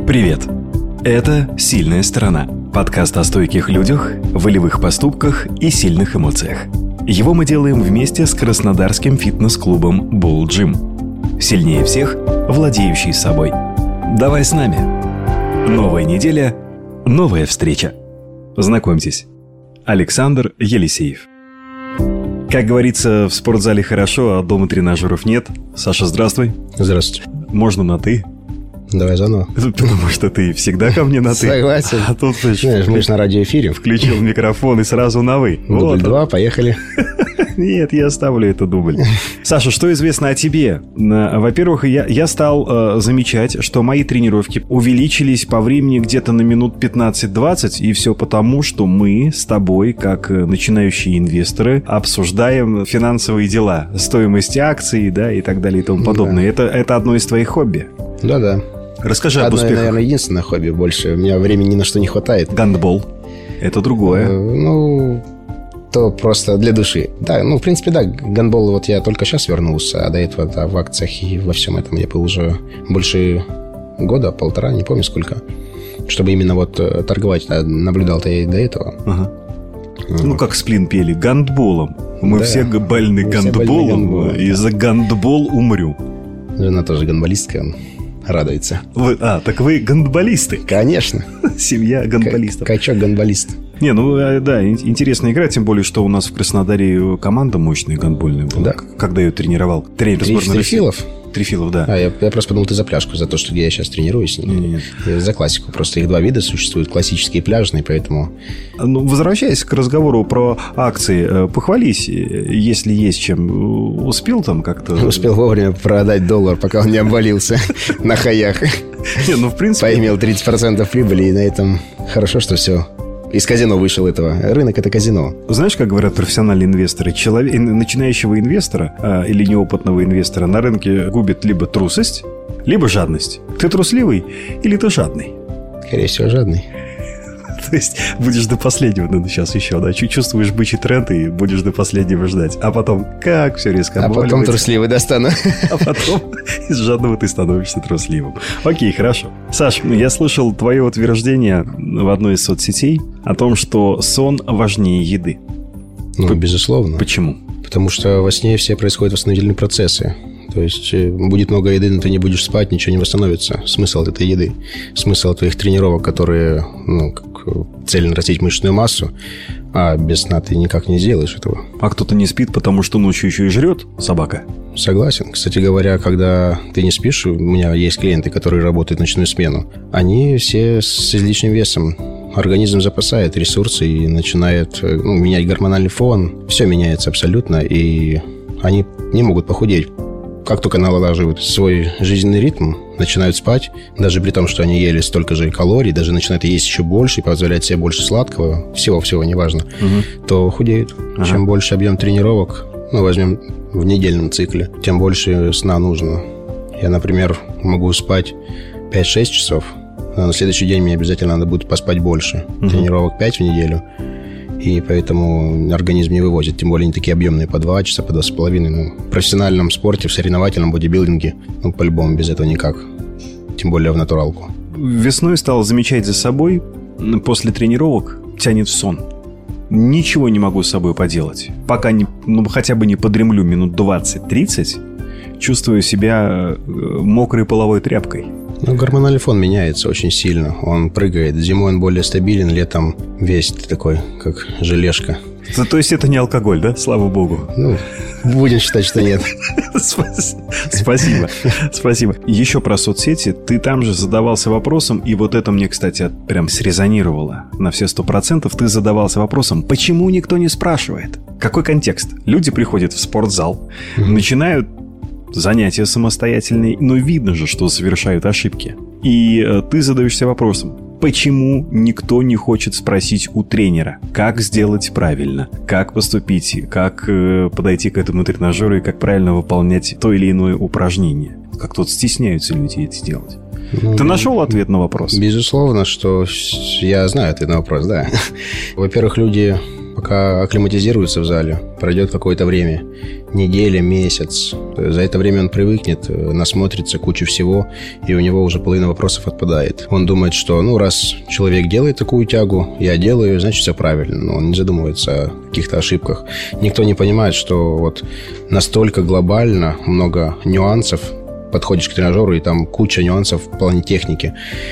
Привет! Это «Сильная сторона» – подкаст о стойких людях, волевых поступках и сильных эмоциях. Его мы делаем вместе с краснодарским фитнес-клубом Bull Gym. Сильнее всех, владеющий собой. Давай с нами. Новая неделя, новая встреча. Знакомьтесь, Александр Елисеев. Как говорится, в спортзале хорошо, а дома тренажеров нет. Саша, здравствуй. Здравствуйте. Можно на «ты»? Давай заново. Потому что ты всегда ко мне на «ты». Согласен. А тут мы же на радиоэфире. Включил микрофон и сразу на «вы». Дубль 2, поехали. Нет, я оставлю это дубль. Саша, что известно о тебе? Во-первых, я стал замечать, что мои тренировки увеличились по времени где-то на минут 15-20, и все потому, что мы с тобой, как начинающие инвесторы, обсуждаем финансовые дела, стоимость акций, да, и так далее и тому подобное. Да. Это одно из твоих хобби? Да. Расскажи об успехах. Наверное, единственное хобби больше. У меня времени ни на что не хватает. Гандбол. Это другое. То просто для души. Да, в принципе, да, гандбол вот я только сейчас вернулся, а до этого да, в акциях и во всем этом я был уже больше года, полтора, не помню сколько, чтобы именно вот торговать. Наблюдал-то я и до этого. Ага. Как Сплин пели, гандболом. Мы все больны гандболом, и за гандбол умрю. Жена тоже гандболистка, радуется. Так вы гандболисты? Конечно. Семья гандболистов. Качок-гандболист. Интересная игра, тем более, что у нас в Краснодаре команда мощная гандбольная была. Да. Когда я ее тренировал. Тренер сборной России. Трифилов, да. Я просто подумал, ты за пляжку, за то, что я сейчас тренируюсь. Нет. За классику. Просто их два вида существуют, классические и пляжные, поэтому... Возвращаясь к разговору про акции, похвались, если есть чем. Успел там как-то... Успел вовремя продать доллар, пока он не обвалился на хаях. В принципе... Поимел 30% прибыли, и на этом хорошо, что все... Из казино вышел этого. Рынок – это казино. Знаешь, как говорят профессиональные инвесторы? Начинающего инвестора или неопытного инвестора на рынке губит либо трусость, либо жадность. Ты трусливый или ты жадный? Скорее всего, жадный. То есть будешь до последнего, сейчас еще, да? Чувствуешь бычий тренд и будешь до последнего ждать. А потом как все резко обваливается. А потом трусливый достану. А потом из жадного ты становишься трусливым. Окей, хорошо. Саш, я слышал твое утверждение в одной из соцсетей о том, что сон важнее еды. Безусловно. Почему? Потому что во сне все происходят восстановительные процессы. То есть будет много еды, но ты не будешь спать, ничего не восстановится. Смысл от этой еды, смысл твоих тренировок, которые, цель нарастить мышечную массу, а без сна ты никак не сделаешь этого. А кто-то не спит, потому что ночью еще и жрет собака? Согласен. Кстати говоря, когда ты не спишь, у меня есть клиенты, которые работают ночную смену, они все с излишним весом. Организм запасает ресурсы и начинает менять гормональный фон. Все меняется абсолютно, и они не могут похудеть. Как только налаживают свой жизненный ритм, начинают спать, даже при том, что они ели столько же калорий, даже начинают есть еще больше и позволять себе больше сладкого, всего-всего, неважно, то худеют. Чем больше объем тренировок, возьмем в недельном цикле, тем больше сна нужно. Я, например, могу спать 5-6 часов, а на следующий день мне обязательно надо будет поспать больше. Тренировок 5 в неделю. И поэтому организм не вывозит. Тем более они такие объемные, по 2 часа, по 2,5. В профессиональном спорте, в соревновательном бодибилдинге, по-любому без этого никак. Тем более в натуралку. Весной стал замечать за собой, после тренировок тянет в сон. Ничего не могу с собой поделать. Пока хотя бы не подремлю минут 20-30, чувствую себя мокрой половой тряпкой. Гормональный фон меняется очень сильно. Он прыгает. Зимой он более стабилен, летом весь такой, как желешка. То есть это не алкоголь, да? Слава богу. Будем считать, что нет. Спасибо. Еще про соцсети. Ты там же задавался вопросом, и вот это мне, кстати, прям срезонировало на все 100%. Ты задавался вопросом, почему никто не спрашивает? Какой контекст? Люди приходят в спортзал, начинают занятия самостоятельные, но видно же, что совершают ошибки. И ты задаешься вопросом, почему никто не хочет спросить у тренера, как сделать правильно, как поступить, как подойти к этому тренажеру и как правильно выполнять то или иное упражнение. Как тут стесняются люди это сделать. Ты нашел ответ на вопрос? Безусловно, что я знаю ответ на вопрос, да. Во-первых, люди пока акклиматизируется в зале, пройдет какое-то время, неделя, месяц. За это время он привыкнет, насмотрится кучу всего, и у него уже половина вопросов отпадает. Он думает, что, раз человек делает такую тягу, я делаю, значит, все правильно. Но он не задумывается о каких-то ошибках. Никто не понимает, что вот настолько глобально много нюансов. Подходишь к тренажеру, и там куча нюансов в плане техники.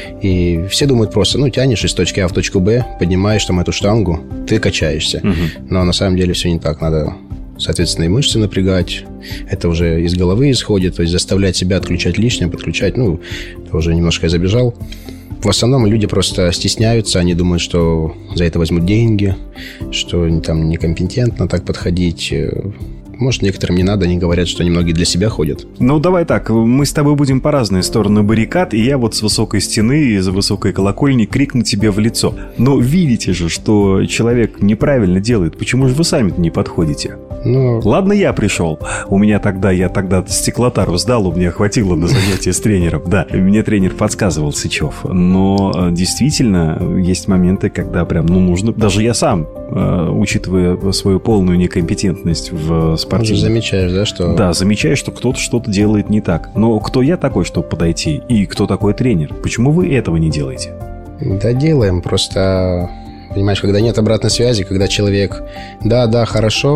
И все думают просто, тянешь из точки А в точку Б, поднимаешь там эту штангу, ты качаешься. Угу. Но на самом деле все не так. Надо, соответственно, и мышцы напрягать. Это уже из головы исходит. То есть заставлять себя отключать лишнее, подключать. Это уже немножко я забежал. В основном люди просто стесняются. Они думают, что за это возьмут деньги, что там некомпетентно так подходить. Может, некоторым не надо, они говорят, что они многие для себя ходят. Давай так, мы с тобой будем по разные стороны баррикад, и я вот с высокой стены, из высокой колокольни крикну тебе в лицо. Но видите же, что человек неправильно делает. Почему же вы сами-то не подходите? Ладно, я пришел. Я тогда стеклотару сдал, у меня хватило на занятия с тренером. Да, мне тренер подсказывал Сычев. Но действительно, есть моменты, когда прям, нужно... Даже я сам, учитывая свою полную некомпетентность в спортивном... Ты замечаешь, да, что... Да, замечаешь, что кто-то что-то делает не так. Но кто я такой, чтобы подойти? И кто такой тренер? Почему вы этого не делаете? Да, делаем. Просто, понимаешь, когда нет обратной связи, когда человек да, хорошо...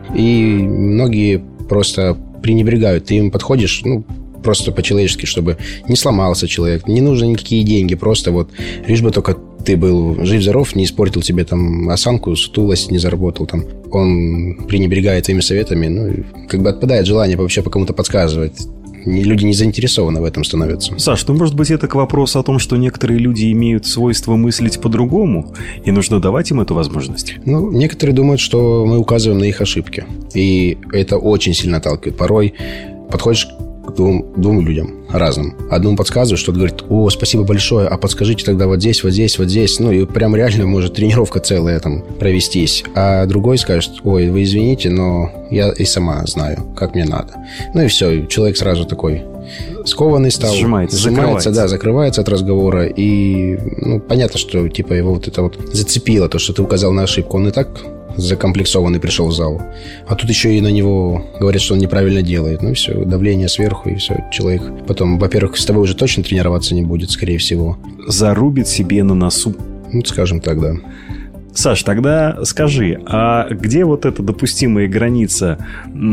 И многие просто пренебрегают. Ты им подходишь, просто по-человечески, чтобы не сломался человек. Не нужны никакие деньги. Просто лишь бы только ты был жив-здоров, не испортил тебе там осанку, сутулость, не заработал там. Он пренебрегает твоими советами. Отпадает желание вообще по кому-то подсказывать. Люди не заинтересованы в этом становятся. Саш, может быть, это к вопросу о том, что некоторые люди имеют свойство мыслить по-другому, и нужно давать им эту возможность? Некоторые думают, что мы указываем на их ошибки. И это очень сильно отталкивает. Порой подходишь к двум людям разным. Одному подсказываешь, что-то говорит: о, спасибо большое, а подскажите тогда вот здесь. И прям реально может тренировка целая там провестись. А другой скажет: ой, вы извините, но я и сама знаю, как мне надо. И все, человек сразу такой скованный стал. Сжимается, закрывается от разговора. И понятно, что его это зацепило, то, что ты указал на ошибку. Он и так закомплексованный пришел в зал. А тут еще и на него говорят, что он неправильно делает. Все, давление сверху, и все. Человек потом, во-первых, с тобой уже точно тренироваться не будет, скорее всего. Зарубит себе на носу. Скажем так, да. Саш, тогда скажи, а где эта допустимая граница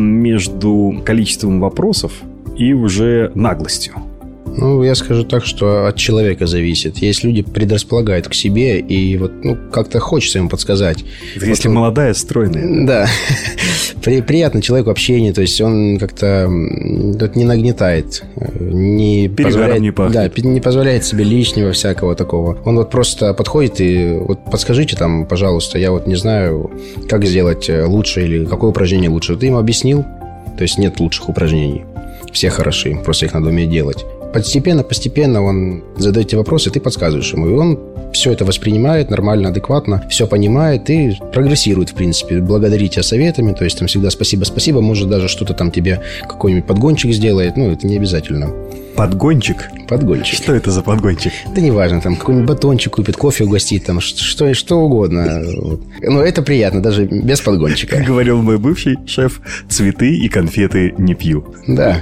между количеством вопросов и уже наглостью? Я скажу так, что от человека зависит. Есть люди, предрасполагают к себе, и как-то хочется им подсказать. Если молодая, стройная. Да. Приятно человеку общение, то есть он как-то не нагнетает, не позволяет себе лишнего всякого такого. Он просто подходит и подскажите там, пожалуйста, я не знаю, как сделать лучше или какое упражнение лучше. Ты ему объяснил, то есть нет лучших упражнений. Все хороши, просто их надо уметь делать. Постепенно он задает тебе вопросы, ты подсказываешь ему. И он все это воспринимает нормально, адекватно, все понимает и прогрессирует, в принципе. Благодарит тебя советами, то есть там всегда спасибо. Может, даже что-то там тебе какой-нибудь подгончик сделает. Это не обязательно. Подгончик? Подгончик. Что это за подгончик? Да неважно, там какой-нибудь батончик купит, кофе угостит, там что угодно. Это приятно, даже без подгончика. Как говорил мой бывший шеф, цветы и конфеты не пью. Да.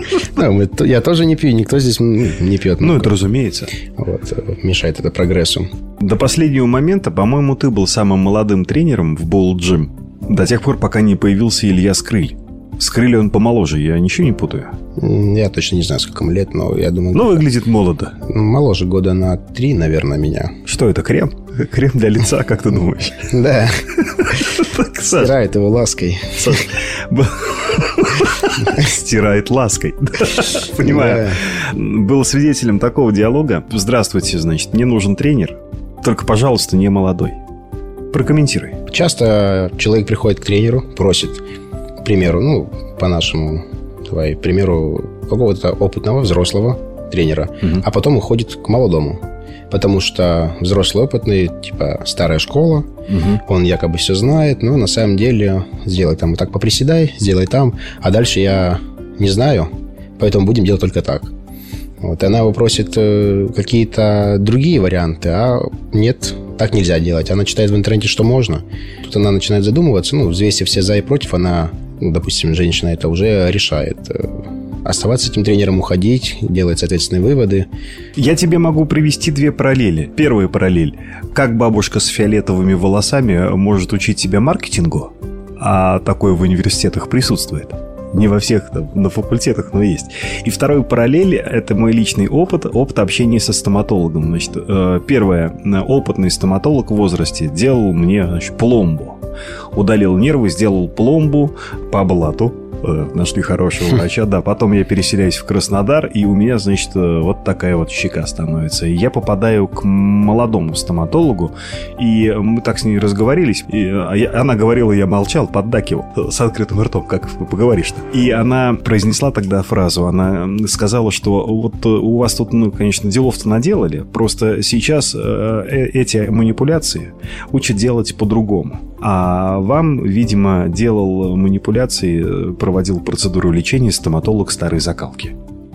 Я тоже не пью, никто здесь не пьет. Это разумеется. Мешает это прогрессу. До последнего момента, по-моему, ты был самым молодым тренером в Bold Gym. До тех пор, пока не появился Илья Скрыль. Скрыль он помоложе, я ничего не путаю? Я точно не знаю, сколько ему лет, но я думаю... выглядит молодо. Моложе года на 3, наверное, меня. Что это, крем? Крем для лица, как ты думаешь? Да. Стирает его лаской. Стирает лаской. Понимаю. Был свидетелем такого диалога. Здравствуйте, значит, мне нужен тренер. Только, пожалуйста, не молодой. Прокомментируй. Часто человек приходит к тренеру, просит, к примеру, какого-то опытного взрослого тренера, а потом уходит к молодому. Потому что взрослый опытный, старая школа, он якобы все знает, но на самом деле сделай там вот так поприседай, сделай там, а дальше я не знаю, поэтому будем делать только так. И она его просит какие-то другие варианты, а нет, так нельзя делать. Она читает в интернете, что можно. Тут она начинает задумываться, взвесив все за и против, она, допустим, женщина это уже решает. Оставаться с этим тренером, уходить, делать соответственные выводы. Я тебе могу привести 2 параллели. Первая параллель. Как бабушка с фиолетовыми волосами может учить тебя маркетингу, а такое в университетах присутствует. Не во всех на факультетах, но есть. И второй параллель – это мой личный опыт общения со стоматологом. Значит, первое. Опытный стоматолог в возрасте делал мне, пломбу. Удалил нервы, сделал пломбу по блату. Нашли хорошего врача, да. Потом я переселяюсь в Краснодар, и у меня, значит, вот такая вот щека становится. И я попадаю к молодому стоматологу, и мы так с ней разговорились. И она говорила, я молчал, поддакивал с открытым ртом, как поговоришь-то. И она произнесла тогда фразу. Она сказала, что вот у вас тут, конечно, делов-то наделали. Просто сейчас эти манипуляции учат делать по-другому. А вам, видимо, делал манипуляции, проводил процедуру лечения стоматолог старой закалки.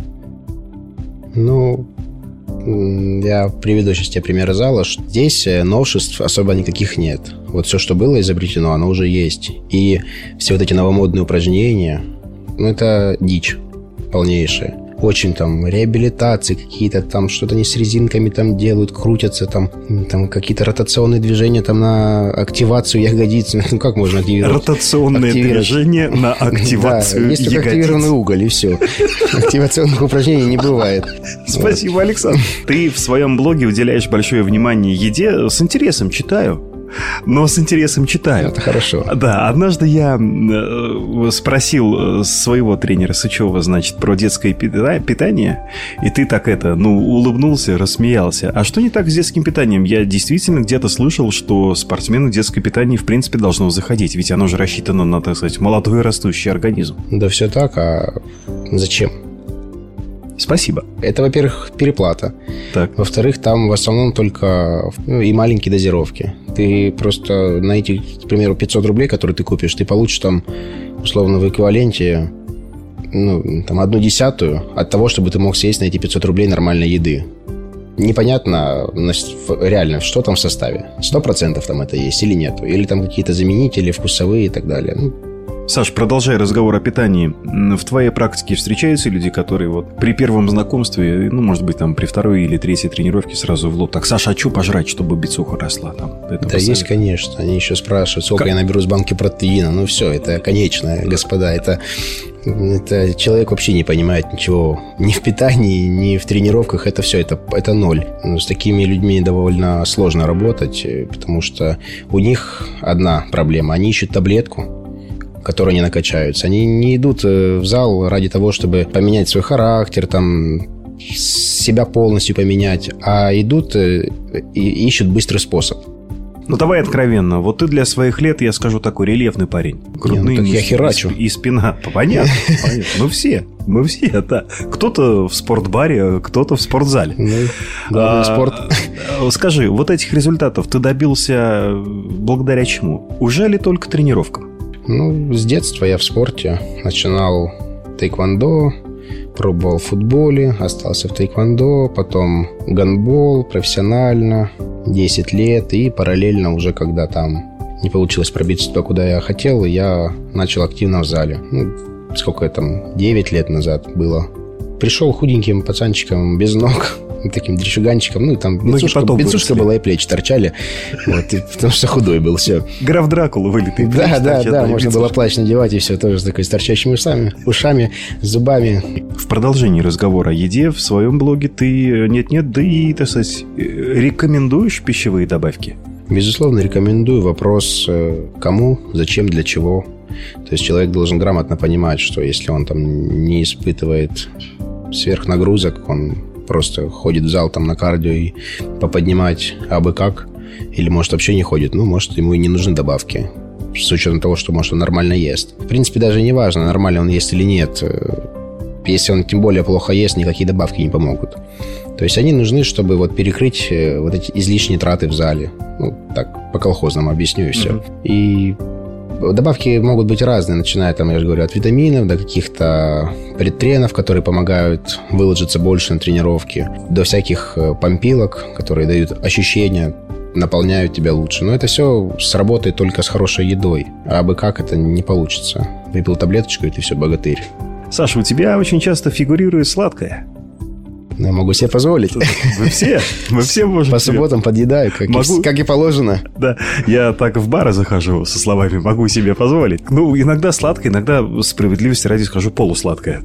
Я приведу сейчас тебе пример зала. Здесь новшеств особо никаких нет. Вот все, что было изобретено, оно уже есть. И все вот эти новомодные упражнения, это дичь полнейшая. Очень там реабилитации какие-то, там что-то они с резинками там делают, крутятся, там какие-то ротационные движения там на активацию ягодиц. Как можно активировать? Ротационные движения на активацию ягодиц. Есть только активированный уголь, и все. Активационных упражнений не бывает. Спасибо, Александр. Ты в своем блоге уделяешь большое внимание еде. С интересом читаю. Но с интересом читаю. Это хорошо. Да, однажды я спросил своего тренера Сычева, значит, про детское питание. И ты так улыбнулся, рассмеялся. А что не так с детским питанием? Я действительно где-то слышал, что спортсмену детское питание в принципе должно заходить. Ведь оно же рассчитано на, так сказать, молодой растущий организм. Да все так, а зачем? Спасибо. Это, во-первых, переплата. Так. Во-вторых, там в основном только и маленькие дозировки. Ты просто на эти, к примеру, 500 рублей, которые ты купишь, ты получишь там, условно, в эквиваленте 1/10 от того, чтобы ты мог съесть на эти 500 рублей нормальной еды. Непонятно реально, что там в составе. 100% там это есть или нет. Или там какие-то заменители вкусовые и так далее. Саш, продолжая разговор о питании, в твоей практике встречаются люди, которые вот при первом знакомстве, может быть, там при второй или третьей тренировке сразу в лоб: так, Саша, хочу пожрать, чтобы бицуха росла там. Да есть, конечно. Они еще спрашивают, сколько я наберу с банки протеина. Все, это конечно, господа. Это человек вообще не понимает ничего ни в питании, ни в тренировках. Это все, это ноль. С такими людьми довольно сложно работать, потому что у них одна проблема. Они ищут таблетку, которые они накачаются. Они не идут в зал ради того, чтобы поменять свой характер, себя полностью поменять, а идут и ищут быстрый способ. Давай откровенно. Вот ты для своих лет, я скажу, такой рельефный парень. Грудные мышцы, я херачу. И спина. Понятно. Мы все, да. Кто-то в спортбаре, кто-то в спортзале. Спорт. Скажи, вот этих результатов ты добился благодаря чему? Уже ли только тренировкам? С детства я в спорте. Начинал тэквондо, пробовал в футболе, остался в тэквондо, потом гандбол профессионально, 10 лет. И параллельно уже, когда там не получилось пробиться туда, куда я хотел, я начал активно в зале. 9 лет назад было. Пришел худеньким пацанчиком, без ног, таким дрещуганчиком. Бицушка была и плечи торчали. Потому что худой был, все. Граф Дракула вылитый. Да, можно было плащ надевать, и все тоже с такой с торчащими ушами, зубами. В продолжении разговора о еде в своем блоге ты так сказать, рекомендуешь пищевые добавки? Безусловно, рекомендую. Вопрос кому, зачем, для чего. То есть человек должен грамотно понимать, что если он не испытывает сверхнагрузок, он просто ходит в зал на кардио и поподнимать абы как, или может вообще не ходит, может ему и не нужны добавки, с учетом того, что может он нормально ест. В принципе, даже не важно, нормально он ест или нет. Если он тем более плохо ест, никакие добавки не помогут. То есть они нужны, чтобы перекрыть вот эти излишние траты в зале. Так по-колхозному объясню и все. И добавки могут быть разные, начиная, я же говорю, от витаминов до каких-то предтренов, которые помогают выложиться больше на тренировке, до всяких помпилок, которые дают ощущение наполняют тебя лучше. Но это все сработает только с хорошей едой. А абы как это не получится. Выпил таблеточку, и ты все, богатырь. Саша, у тебя очень часто фигурирует сладкое. Я могу себе позволить. Мы все можем. По субботам подъедаю, как и положено. Да, я так в бары захожу со словами «могу себе позволить». Ну, иногда сладкое, иногда, справедливости ради, скажу, полусладкое.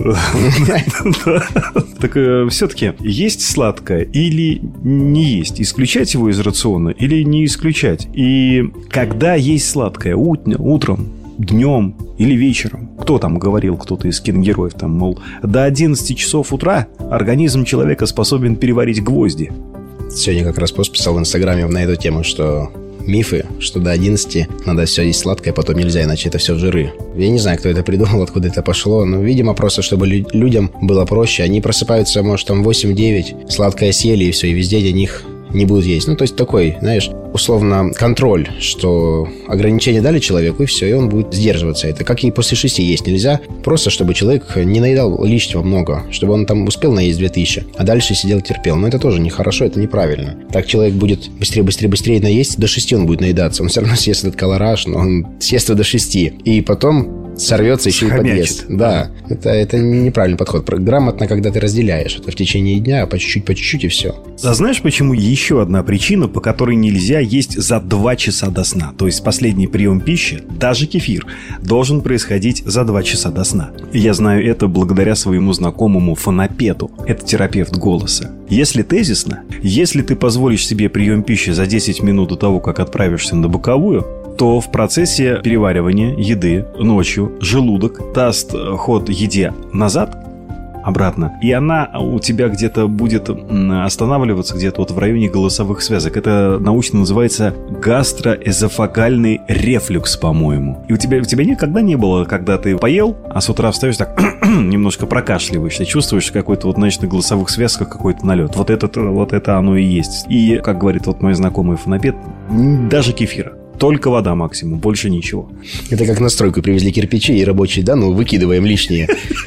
Так все-таки есть сладкое или не есть? Исключать его из рациона или не исключать? И когда есть сладкое? Утром, днем или вечером? Кто там говорил, кто-то из киногероев, там, мол, до 11 часов утра организм человека способен переварить гвозди. Сегодня как раз пост писал в Инстаграме на эту тему, что мифы, что до 11 надо все есть сладкое, потом нельзя, иначе это все жиры. Я не знаю, кто это придумал, откуда это пошло, но, видимо, просто чтобы людям было проще. Они просыпаются, может, там 8-9, сладкое съели, и все, и везде для них не будут есть. Ну, то есть такой, знаешь, условно контроль, что ограничения дали человеку, и все, и он будет сдерживаться. Это как и после 6 есть нельзя, просто чтобы человек не наедал лишнего много, чтобы он там успел наесть 2000, а дальше сидел терпел. Но это тоже нехорошо, это неправильно. Так человек будет быстрее наесть, до 6 он будет наедаться. Он все равно съест этот колораж, но он съест его до 6. И потом сорвется еще и подъест. Да, это неправильный подход. Грамотно, когда ты разделяешь это в течение дня, по чуть-чуть и все. А знаешь, почему еще одна причина, по которой нельзя есть за 2 часа до сна? То есть последний прием пищи, даже кефир, должен происходить за 2 часа до сна. Я знаю это благодаря своему знакомому фонопеду. Это терапевт голоса. Если тезисно, если ты позволишь себе прием пищи за 10 минут до того, как отправишься на боковую, то в процессе переваривания еды ночью желудок даст ход еде назад, обратно, и она у тебя где-то будет останавливаться где-то вот в районе голосовых связок. Это научно называется гастроэзофагальный рефлюкс, по-моему. И у тебя никогда не было, когда ты поел, а с утра встаешь так немножко прокашливаешь, ты чувствуешь какой-то вот, значит, на голосовых связках какой-то налет. Вот это оно и есть. И, как говорит вот мой знакомый фонопед, даже кефира. Только вода максимум, больше ничего. Это как на стройку привезли кирпичи и рабочие, да, ну, выкидываем лишнее.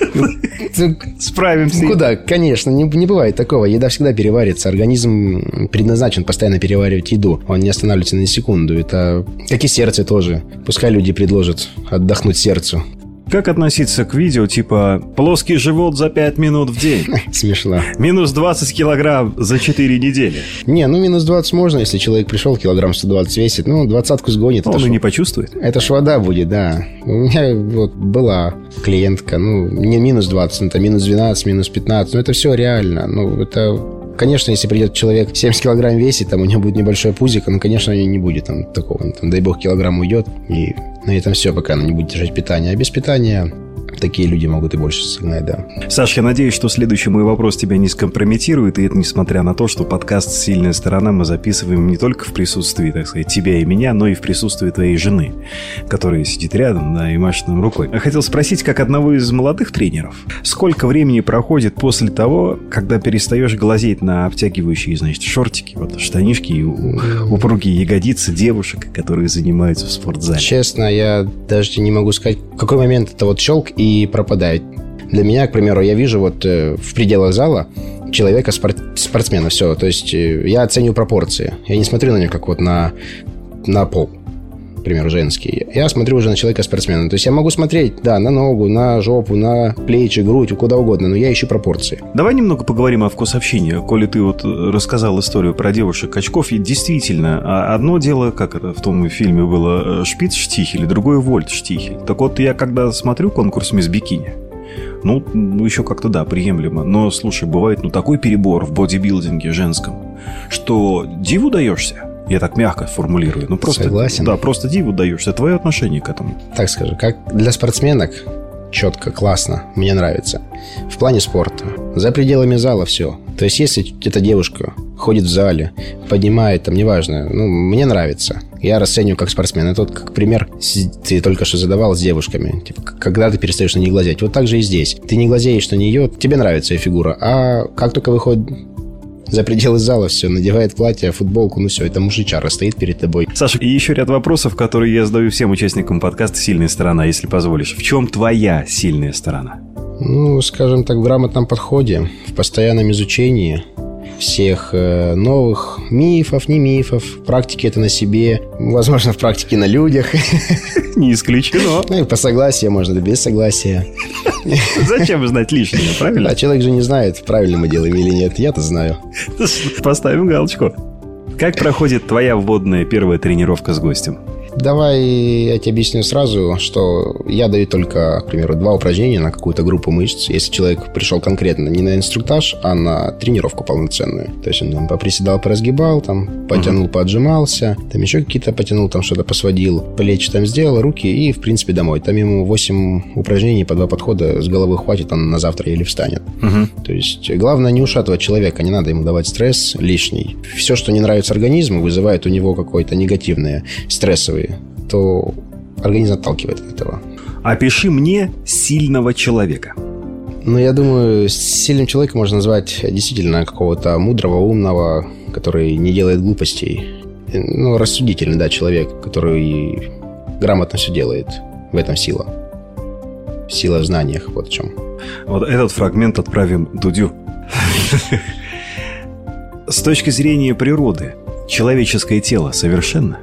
Справимся. Куда? Конечно, не бывает такого. Еда всегда переварится. Организм предназначен постоянно переваривать еду. Он не останавливается на секунду. Это как и сердце тоже. Пускай люди предложат отдохнуть сердцу. Как относиться к видео типа «Плоский живот за 5 минут в день»? Смешно. Минус 20 килограмм за 4 недели. Не, ну минус 20 можно, если человек пришел, килограмм 120 весит. Ну, 20-ку сгонит. Он и не почувствует. Это ж вода будет, да. У меня вот была клиентка, ну, не минус 20, это минус 12, минус 15. Ну, это все реально. Ну, это... Конечно, если придет человек 70 килограмм весит, там у него будет небольшой пузик, ну, конечно, не будет там такого. Там, дай бог, килограмм уйдет, и на этом все, пока она не будет держать питание. А без питания такие люди могут и больше согнать, да. Саш, я надеюсь, что следующий мой вопрос тебя не скомпрометирует, и это несмотря на то, что подкаст «Сильная сторона» мы записываем не только в присутствии, так сказать, тебя и меня, но и в присутствии твоей жены, которая сидит рядом, да, и машет нам рукой. Я хотел спросить, как одного из молодых тренеров, сколько времени проходит после того, когда перестаешь глазеть на обтягивающие, значит, шортики, вот, штанишки и упругие ягодицы девушек, которые занимаются в спортзале? Честно, я даже не могу сказать, в какой момент это вот щелк и пропадает. Для меня, к примеру, я вижу вот в пределах зала человека, спортсмена, все. То есть я оцениваю пропорции. Я не смотрю на него как вот на пол, к примеру, женский. Я смотрю уже на человека-спортсмена. То есть я могу смотреть, да, на ногу, на жопу, на плечи, грудь, куда угодно, но я ищу пропорции. Давай немного поговорим о вкусовщине. Коли ты вот рассказал историю про девушек-качков, и действительно, одно дело, как это в том фильме было, Шпиц-штихель, другое Вольт-штихель. Так вот, я когда смотрю конкурс «Мисс Бикини», ну, еще как-то, да, приемлемо. Но, слушай, бывает, такой перебор в бодибилдинге женском, что диву даешься. Я так мягко формулирую. Ну, просто, согласен. Да, просто диву даешься. Твое отношение к этому? Так скажу, как для спортсменок четко, классно, мне нравится. В плане спорта. За пределами зала все. То есть, если эта девушка ходит в зале, поднимает, там, неважно, ну, мне нравится. Я расцениваю как спортсмен. Это вот как пример ты только что задавал с девушками. Типа, когда ты перестаешь на них глазеть. Вот так же и здесь. Ты не глазеешь на нее, тебе нравится ее фигура. А как только выходит за пределы зала, все, надевает платье, футболку, ну все, это мужичара стоит перед тобой. Саша, и еще ряд вопросов, которые я задаю всем участникам подкаста «Сильная сторона», если позволишь. В чем твоя сильная сторона? Ну, скажем так, в грамотном подходе, в постоянном изучении, всех новых мифов, не мифов. В практике это на себе, возможно, в практике на людях. Не исключено. Ну и по согласию можно, да без согласия. Зачем знать лишнее, правильно? А человек же не знает, правильно мы делаем или нет. Я-то знаю. Поставим галочку. Как проходит твоя вводная первая тренировка с гостем? Давай я тебе объясню сразу, что я даю только, к примеру, 2 упражнения на какую-то группу мышц. Если человек пришел конкретно не на инструктаж, а на тренировку полноценную. То есть он там поприседал, поразгибал, там потянул, поотжимался, там еще какие-то потянул, там что-то посводил, плечи там сделал, руки и, в принципе, домой. Там ему 8 упражнений по 2 подхода с головы хватит, он на завтра или встанет. То есть главное не ушатывать человека, не надо ему давать стресс лишний. Все, что не нравится организму, вызывает у него какой-то негативный, стрессовый, то организм отталкивает от этого. Опиши мне сильного человека. Ну, я думаю, сильным человеком можно назвать действительно какого-то мудрого, умного, который не делает глупостей. Ну, рассудительный, да, человек, который грамотно все делает. В этом сила. Сила в знаниях, вот в чем. Вот этот фрагмент отправим Дудю. С точки зрения природы, человеческое тело совершенно?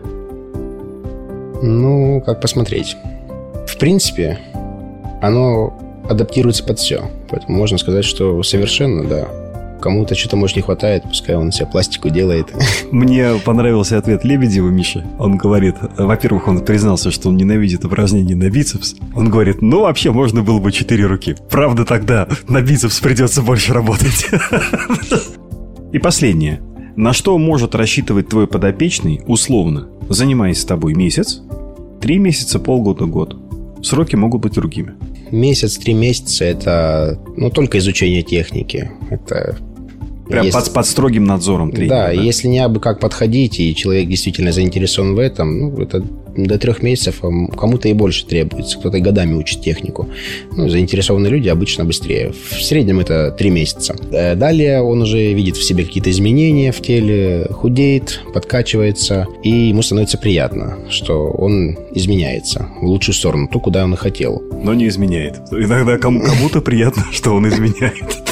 Ну, как посмотреть. В принципе, оно адаптируется под все. Поэтому можно сказать, что совершенно, да. Кому-то что-то, может, не хватает, пускай он себе пластику делает. Мне понравился ответ Лебедева, Миши. Он говорит, во-первых, он признался, что он ненавидит упражнения на бицепс. Он говорит, ну, вообще, можно было бы 4 руки. Правда, тогда на бицепс придется больше работать. И последнее. На что может рассчитывать твой подопечный, условно, занимаясь с тобой месяц, 3 месяца, полгода, год? Сроки могут быть другими. Месяц, 3 месяца – это только изучение техники. Это прям под строгим надзором тренера. Да, если не абы как подходить, и человек действительно заинтересован в этом, это до 3 месяцев, а кому-то и больше требуется. Кто-то и годами учит технику. Заинтересованные люди обычно быстрее. В среднем это 3 месяца. Далее он уже видит в себе какие-то изменения в теле, худеет, подкачивается, и ему становится приятно, что он изменяется в лучшую сторону, ту, куда он и хотел. Но не изменяет. Иногда кому-то приятно, что он изменяет.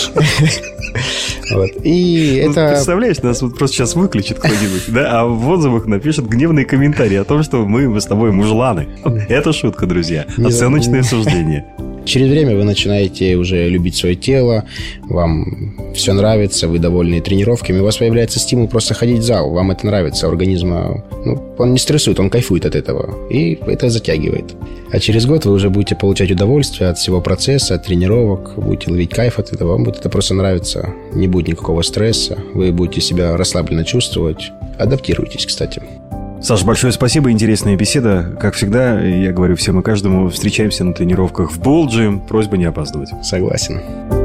Вот. И это... Представляешь, нас вот просто сейчас выключит кто-нибудь, да, а в отзывах напишут гневные комментарии о том, что мы с тобой мужланы. Это шутка, друзья. Оценочное суждение. Через время вы начинаете уже любить свое тело, вам все нравится, вы довольны тренировками, у вас появляется стимул просто ходить в зал, вам это нравится, организм, он не стрессует, он кайфует от этого, и это затягивает. А через год вы уже будете получать удовольствие от всего процесса, от тренировок, будете ловить кайф от этого, вам будет это просто нравиться, не будет никакого стресса, вы будете себя расслабленно чувствовать. Адаптируйтесь, кстати. Саш, большое спасибо, интересная беседа. Как всегда, я говорю всем и каждому, встречаемся на тренировках в Болджи. Просьба не опаздывать. Согласен.